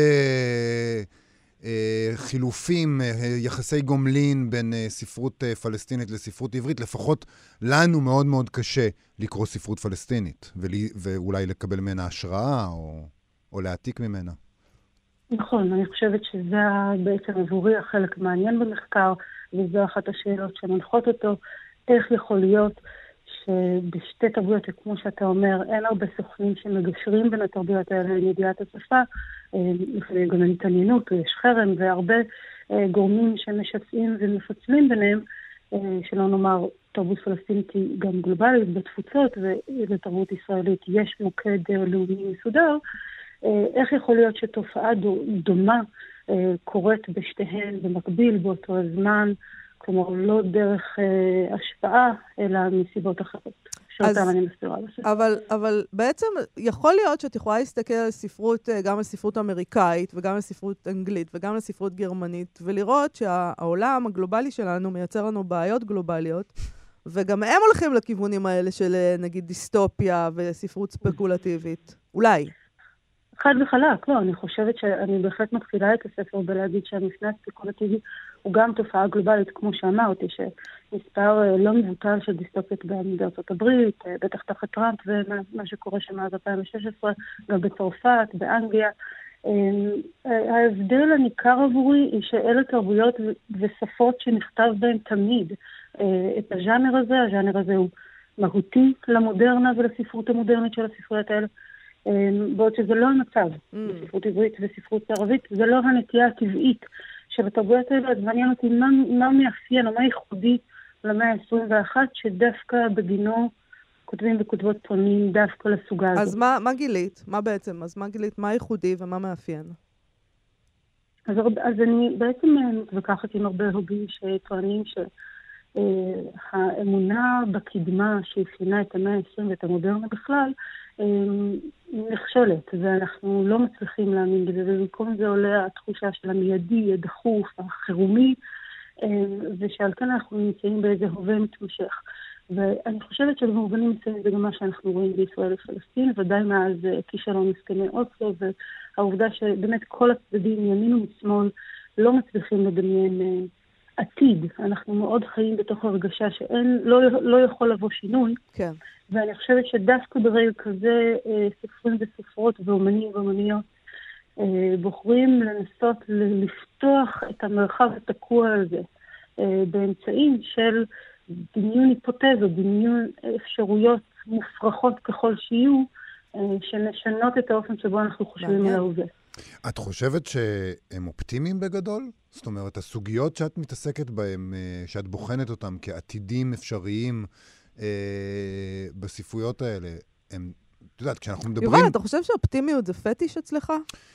חילופים, יחסי גומלין בין ספרות פלסטינית לספרות עברית. לפחות לנו מאוד מאוד קשה לקרוא ספרות פלסטינית, ואולי לקבל ממנה השראה או להעתיק ממנה. נכון, אני חושבת שזה בעצם עבורי החלק מעניין במחקר, וזו אחת השאלות שמנחות אותו, איך יכול להיות שבשתי תרבויות, כמו שאתה אומר, אין הרבה סוכנים שמגשרים בין התרבויות האלה לידיעת השפה, לפעמים גם התעניינות, יש חרם, והרבה גורמים שמשתפים ומפצלים ביניהם, שלא נאמר, תרבות פלסטינית היא גם גלובלית בתפוצות, ולתרבות ישראלית יש מוקד לאומי מסודר. איך יכול להיות שתופעה דומה קורית בשתיהן במקביל באותו הזמן, כלומר לא דרך השפעה, אלא מסיבות אחרות, שאותם אני מסבירה בספר. אבל בעצם יכול להיות שאת יכולה להסתכל על ספרות, גם על ספרות אמריקאית, וגם על ספרות אנגלית, וגם על ספרות גרמנית, ולראות שהעולם הגלובלי שלנו מייצר לנו בעיות גלובליות, וגם הם הולכים לכיוונים האלה של נגיד דיסטופיה וספרות ספקולטיבית. אולי. חד וחלק, לא, אני חושבת שאני בהחלט מתחילה את הספר בלהגיד שהמפנה הספקולטיבי הוא גם תופעה גלובלית, כמו שאמרתי, שמספר לא מבוטל של דיסטופיות בארצות הברית, בטח תחת טראמפ ומה שקורה שם מאז 2016, גם בצרפת, באנגליה. ההבדל הניכר עבורי היא שאלה תרבויות ושפות שנכתב בהן תמיד. את הז'אנר הזה הוא מהותי למודרנה ולספרות המודרנית של הספרויות האלה. בעוד שזה לא המצב בספרות עברית וספרות ערבית, זה לא הנטייה הטבעית של התרבויות האלה. אז מעניין אותי מה מאפיין או מה ייחודי למאה ה-21 שדווקא בגינו כותבים וכותבות פונים דווקא לסוגה הזאת. אז מה גילית? מה בעצם? אז מה גילית? מה ייחודי ומה מאפיין? אז אני בעצם מתווכחת עם הרבה הוגים שטוענים שהאמונה בקדמה שאפיינה את המאה ה-20 ואת המודרנה בכלל נכשלת, ואנחנו לא מצליחים להאמין בזה, ובמקום זה עולה התחושה של המיידי, הדחוף, החירומי, ושעל כן אנחנו נמצאים באיזה הווה מתמשך. ואני חושבת שבמובנים מסוימים זה גם מה שאנחנו רואים בישראל ופלסטין, ודאי מאז כישלון הסכמי אוסלו, והעובדה שבאמת כל הצדדים, ימין ומשמאל, לא מצליחים לדמיין עתיד. אנחנו מאוד חיים בתוך הרגשה לא יכול לבוא שינוי. כן. ואני חושבת שדווקא ברגע כזה סופרים וסופרות ואומנים ואומניות בוחרים לנסות לפתוח את המרחב התקוע הזה באמצעים של דמיון היפותזות, דמיון אפשרויות מופרכות ככל שיהיו, שנשנות את האופן שבו אנחנו חושבים על ההווה. את חושבת שהם אופטימיים בגדול? זאת אומרת, הסוגיות שאת מתעסקת בהן, שאת בוחנת אותן כעתידים אפשריים בספרויות האלה, הם, את יודעת, כשאנחנו מדברים... יובל, אתה חושב שאופטימיות זה פטיש אצלך?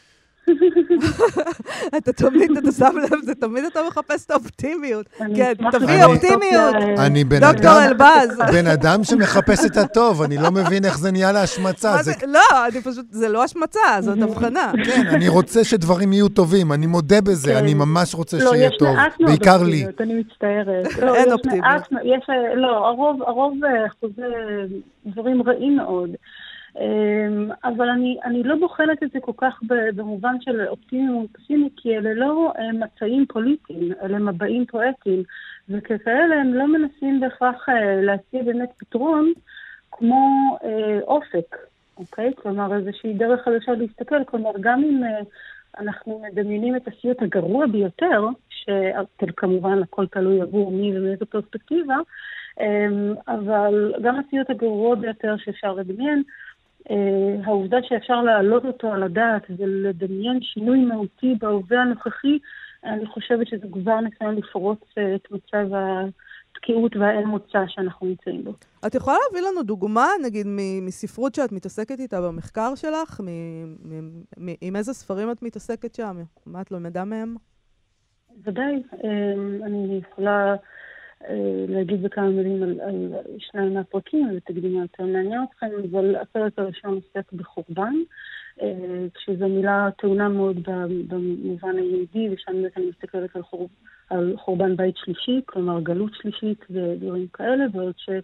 אתה שם לב, זה תמיד אתה מחפש את האופטימיות. כן, תביא אופטימיות. אני דוקטור אלבז. בן אדם שמחפש את הטוב, אני לא מבין איך זה נהיה להשמצה. לא, אני פשוט, זה לא השמצה, זאת הבחנה. כן, אני רוצה שדברים יהיו טובים, אני מודה בזה, אני ממש רוצה שיהיה טוב. בעיקר לי. אני מצטערת. אין אופטימיות. לא, הרוב חוזה דברים רעים מאוד. אבל אני לא בוחנת את זה כל כך במובן של אופטימי ופסימי, כי אלה לא מצעים פוליטיים, אלה מבעים פואטיים, וככאלה הם לא מנסים בהכרח להציע באמת פתרון כמו אופק, אוקיי? כלומר איזושהי דרך חדשה להסתכל, כלומר גם אם אנחנו מדמיינים את הסיוט הגרוע ביותר, שכמובן הכל תלוי עבור מי ומאיזו פרספקטיבה, אבל גם הסיוט הגרוע ביותר שאפשר לדמיין, העובדה שאפשר להעלות אותו על הדעת ולדמיין שינוי מהותי בהווה הנוכחי, אני חושבת שזה כבר ניסיון לפרוץ את מצב התקיעות והאין מוצא שאנחנו נמצאים בו. את יכולה להביא לנו דוגמה, נגיד, מספרות שאת מתעסקת איתה במחקר שלך? עם איזה ספרים את מתעסקת שם? מה את לומדה מהם? ודאי. אני יכולה להגיד בכמה מילים על שניים מהפרקים, ותקדימה יותר מעניין אתכם, אבל הפרק הראשון עוסק בחורבן, כשזו מילה טעונה מאוד במובן היהודי, ושם בעצם אני מסתכלת על חורבן בית שלישי, כלומר גלות שלישית ודברים כאלה, ועוד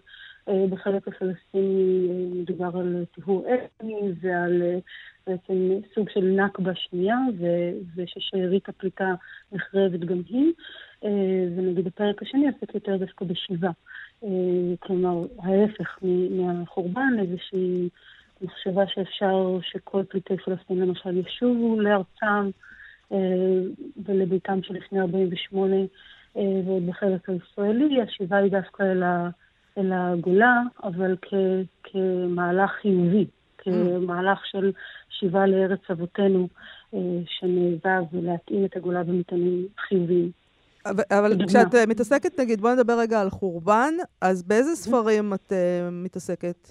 בחלק הפלסטיני מדובר על טיהור אתני ועל בעצם סוג של נכבה שנייה, וששארית הפליטה נחרבת גם היא. ונגיד הפרק השני עסק יותר דווקא בשיבה. כלומר, ההפך מהחורבן, איזושהי מחשבה שאפשר שכל פליטי פלסטין למשל ישובו לארצם ולביתם שלפני 48, ועוד בחלק הישראלי, השיבה היא דווקא אל הגולה, אבל כמהלך חיובי, כמהלך של שיבה לארץ אבותינו, שנאבק ולהתאים את הגולה במטענים חיוביים. אבל כשאת מתעסקת, נגיד, בוא נדבר רגע על חורבן, אז באיזה ספרים את מתעסקת?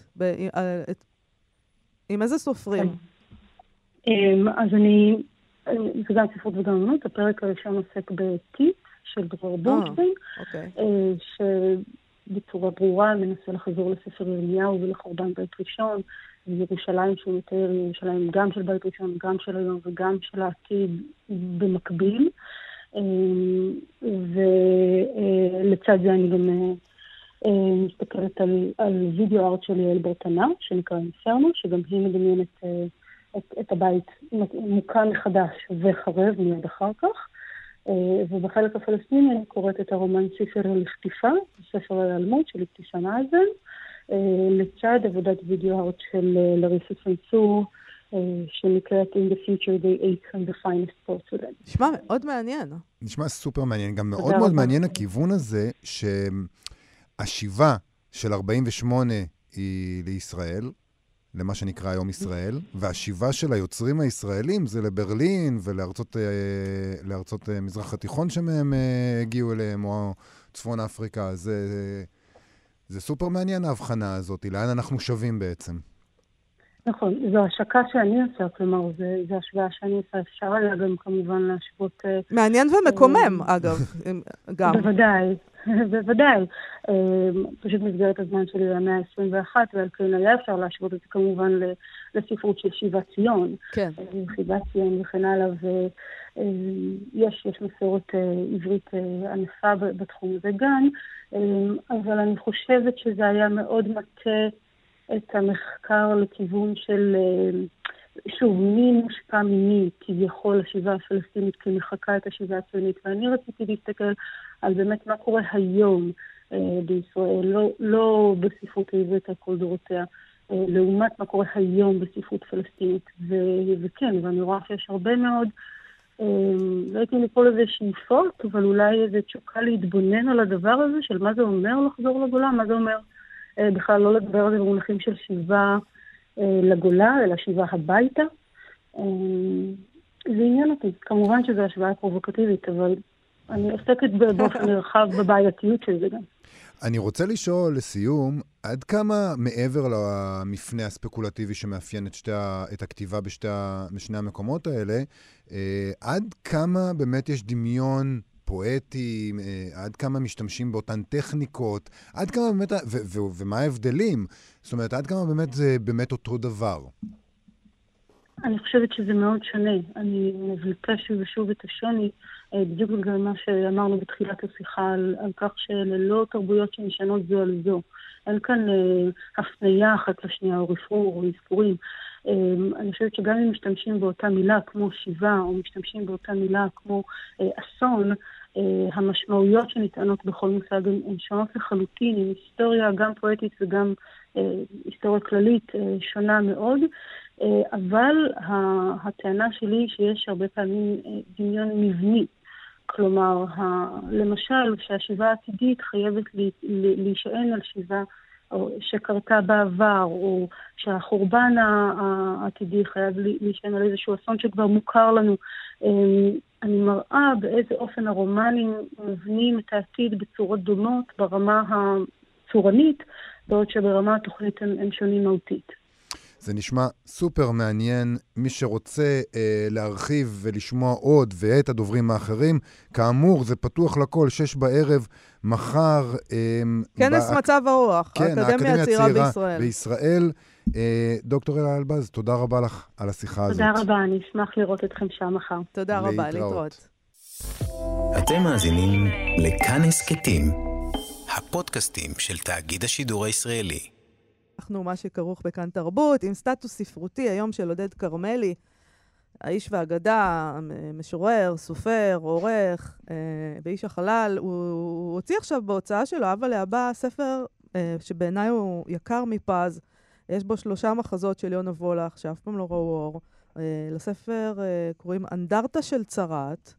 עם איזה סופרים? אז זה גם ספרות וגם אמנות, הפרק הראשון עוסק בטיט של דרור בורשטיין, שבצורה ברורה מנסה לחזור לספר ירמיהו ולחורבן בית ראשון, וירושלים שהוא מתאר, ירושלים גם של בית ראשון, גם של היום וגם של העתיד במקביל. ולצד זה אני גם מסתכלת על וידאו ארט של יעל ברטנה, שנקרא אינפרנו, שגם היא מדמיינת את הבית מוקם מחדש וחרב מיד אחר כך. ובחלק הפלסטיני אני קוראת את הרומן ספר לכתיפה, ספר ההיעלמות של אבתיסאם מאזן, לצד עבודת וידאו ארט של לריסה פנסור, שנקראת In the Future They Ate from the Finest Porcelain. נשמע מאוד מעניין. נשמע סופר מעניין. גם מאוד מאוד מעניין הכיוון הזה, שהשיבה של 48 היא לישראל, למה שנקרא היום ישראל, והשיבה של היוצרים הישראלים זה לברלין ולארצות מזרח התיכון שמהם הגיעו אליהם, או צפון אפריקה. זה סופר מעניין ההבחנה הזאת, לאן אנחנו שווים בעצם. נכון, זו השקה שאני עושה, כלומר, זו השוואה שאני עושה, אפשר היה גם כמובן להשוות... מעניין ומקומם, אגב, גם. בוודאי. פשוט מסגרת הזמן שלי למאה ה-21, ועל כן היה אפשר להשוות את זה כמובן לספרות של שיבת ציון. כן. שיבת ציון וכן הלאה, ויש מסורת עברית ענפה בתחום הזה גם, אבל אני חושבת שזה היה מאוד מטה את המחקר לכיוון של, שוב, מי מושפע ממי, כביכול השיבה הפלסטינית כמחקה את השיבה הציונית, ואני רציתי להסתכל על באמת מה קורה היום בישראל, לא בספרות העברית על כל דורותיה, לעומת מה קורה היום בספרות פלסטינית. וכן, ואני רואה שיש הרבה מאוד, לא הייתי לקרוא לזה שאיפות, אבל אולי איזו תשוקה להתבונן על הדבר הזה, של מה זה אומר לחזור לגולה, מה זה אומר בכלל לא לדבר על זה במונחים של שיבה לגולה, אלא שיבה הביתה. זה עניין אותי. כמובן שזו השוואה פרובוקטיבית, אבל אני עוסקת באופן רחב בבעייתיות של זה גם. אני רוצה לשאול לסיום, עד כמה מעבר למפנה הספקולטיבי שמאפיין את הכתיבה בשני המקומות האלה, עד כמה באמת יש דמיון פואטי, עד כמה משתמשים באותן טכניקות, עד כמה באמת, ומה ההבדלים? זאת אומרת, עד כמה באמת זה באמת אותו דבר? אני חושבת שזה מאוד שונה. אני מבליטה שוב ושוב את השוני, בדיוק בגלל מה שאמרנו בתחילת השיחה על כך שאלה לא תרבויות שנשענות זו על זו. אין כאן הפניה אחת לשנייה או רפרור או אזכורים. אני חושבת שגם אם משתמשים באותה מילה כמו שיבה, או משתמשים באותה מילה כמו אסון, המשמעויות שנטענות בכל מושג הן שונות לחלוטין, עם היסטוריה גם פואטית וגם היסטוריה כללית שונה מאוד, אבל הטענה שלי היא שיש הרבה פעמים דמיון מבני. כלומר, למשל, שהשיבה העתידית חייבת להישען על שיבה שקרתה בעבר, או שהחורבן העתידי חייב להישען על איזשהו אסון שכבר מוכר לנו. אני מראה באיזה אופן הרומנים מבנים את העתיד בצורות דומות ברמה הצורנית, בעוד שברמה התוכנית הם שונים מהותית. זה נשמע סופר מעניין. מי שרוצה להרחיב ולשמוע עוד ואת הדוברים האחרים, כאמור, זה פתוח לכל, 6 בערב, מחר. כנס מצב הרוח, כן, האקדמיה הצעירה בישראל. דוקטור אלה אלבז, תודה רבה לך על השיחה הזאת. תודה רבה, אני אשמח לראות אתכם שם מחר. תודה רבה, להתראות. אתם מאזינים לכאן הסכתים, הפודקאסטים של תאגיד השידור הישראלי. אנחנו מה שכרוך בכאן תרבות, עם סטטוס ספרותי היום של עודד קרמלי, האיש והאגדה, משורר, סופר, עורך, באיש החלל. הוא הוציא עכשיו בהוצאה שלו, אבא לאבא, ספר שבעיניי הוא יקר מפז. יש בו 3 מחזות של יונה וולך, שאף פעם לא ראו אור. לספר קוראים אנדרטה של צרת,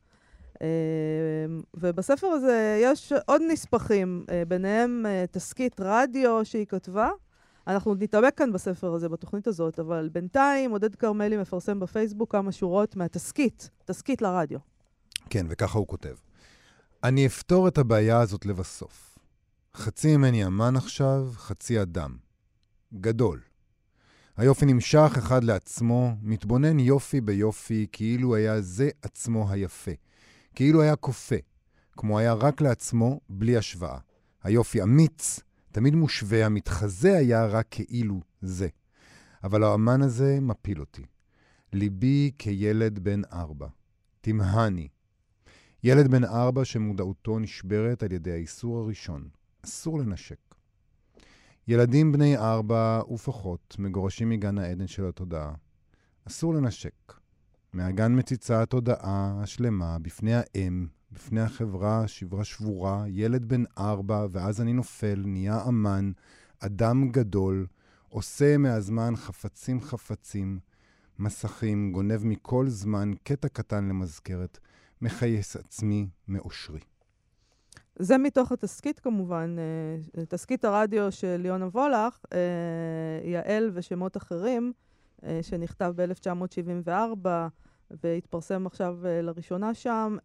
ובספר הזה יש עוד נספחים, ביניהם תסקית רדיו שהיא כתבה. אנחנו נתעמק כאן בספר הזה, בתוכנית הזאת, אבל בינתיים עודד קרמלי מפרסם בפייסבוק כמה שורות מהתסקית, תסקית לרדיו. כן, וככה הוא כותב. אני אפתור את הבעיה הזאת לבסוף. חצי ממני אמן עכשיו, חצי אדם. גדול. היופי נמשך אחד לעצמו, מתבונן יופי ביופי, כאילו היה זה עצמו היפה. כאילו היה קופה, כמו היה רק לעצמו, בלי השוואה. היופי אמיץ, תמיד מושווה, המתחזה היה רק כאילו זה. אבל האמן הזה מפיל אותי. ליבי כילד בן 4. תמהני. ילד בן 4 שמודעותו נשברת על ידי האיסור הראשון. אסור לנשק. ילדים בני 4 ופחות מגורשים מגן העדן של התודעה. אסור לנשק. מהגן מציצה התודעה השלמה בפני האם, בפני החברה, שברה שבורה, ילד בן 4, ואז אני נופל, נהיה אמן, אדם גדול, עושה מהזמן חפצים, מסכים, גונב מכל זמן, קטע קטן למזכרת, מחייס עצמי מאושרי. זה מתוך התסקית כמובן, תסקית הרדיו של יונה וולך, יעל ושמות אחרים, שנכתב ב-1974, והתפרסם עכשיו לראשונה שם,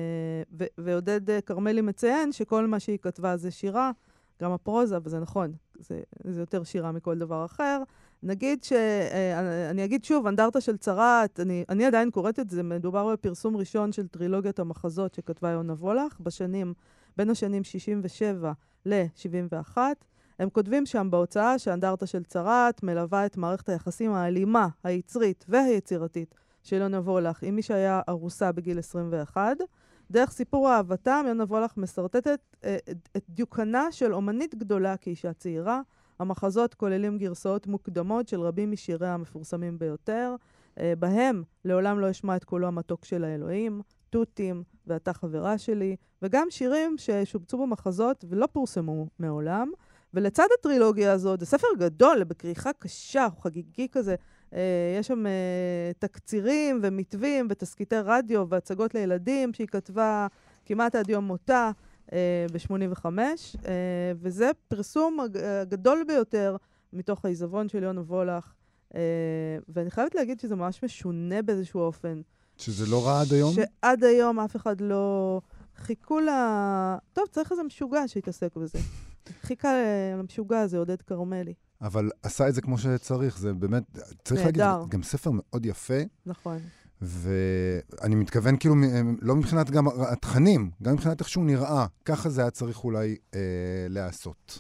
ועודד קרמלי מציין שכל מה שהיא כתבה זה שירה, גם הפרוזה, וזה נכון, זה יותר שירה מכל דבר אחר. נגיד אני אגיד שוב, אנדרטה של צרת, אני עדיין קוראת את זה, מדובר בפרסום ראשון של טרילוגיית המחזות שכתבה יונה וולך, בין השנים 67 ל-71, הם כותבים שם בהוצאה שאנדרטה של צרת מלווה את מערכת היחסים האלימה, היצרית והיצירתית של יונה וולך עם מי שהיה ארוסה בגיל 21. דרך סיפור אהבתם, יונה וולך מסרטטת את דיוקנה של אומנית גדולה כאישה צעירה. המחזות כוללים גרסאות מוקדמות של רבים משיריה המפורסמים ביותר, בהם לעולם לא אשמע את קולו המתוק של האלוהים, תותים ואתה חברה שלי, וגם שירים ששובצו במחזות ולא פורסמו מעולם. ולצד הטרילוגיה הזאת, זה ספר גדול, בכריכה קשה, הוא חגיגי כזה, יש שם תקצירים ומתווים ותסקיטי רדיו והצגות לילדים שהיא כתבה כמעט עד יום מותה ב-85, וזה פרסום הגדול ביותר מתוך העיזבון של יונה וולך, ואני חייבת להגיד שזה ממש משונה באיזשהו אופן. שזה לא רע עד היום? שעד היום אף אחד לא חיכו טוב, צריך איזה משוגע שהתעסק בזה. חיכה למשוגע הזה, עודד קרמלי. אבל עשה את זה כמו שצריך, זה באמת, צריך להגיד, גם ספר מאוד יפה. נכון. ואני מתכוון כאילו, לא מבחינת גם התכנים, גם מבחינת איך שהוא נראה, ככה זה היה צריך אולי לעשות.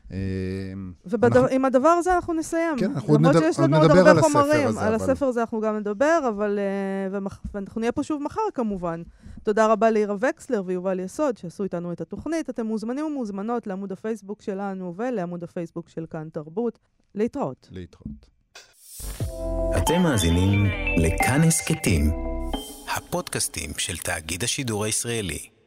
ועם הדבר הזה אנחנו נסיים. כן, אנחנו עוד נדבר על הספר הזה. על הספר הזה אנחנו גם נדבר, אבל אנחנו נהיה פה שוב מחר כמובן. תודה רבה לאירה וקסלר ויובל יסוד שעשו איתנו את התוכנית. אתם מוזמנים ומוזמנות לעמוד הפייסבוק שלנו ולעמוד הפייסבוק של כאן תרבות. להתראות. אתם מאזינים לכאן הסכתים, הפודקאסטים של תאגיד השידור הישראלי.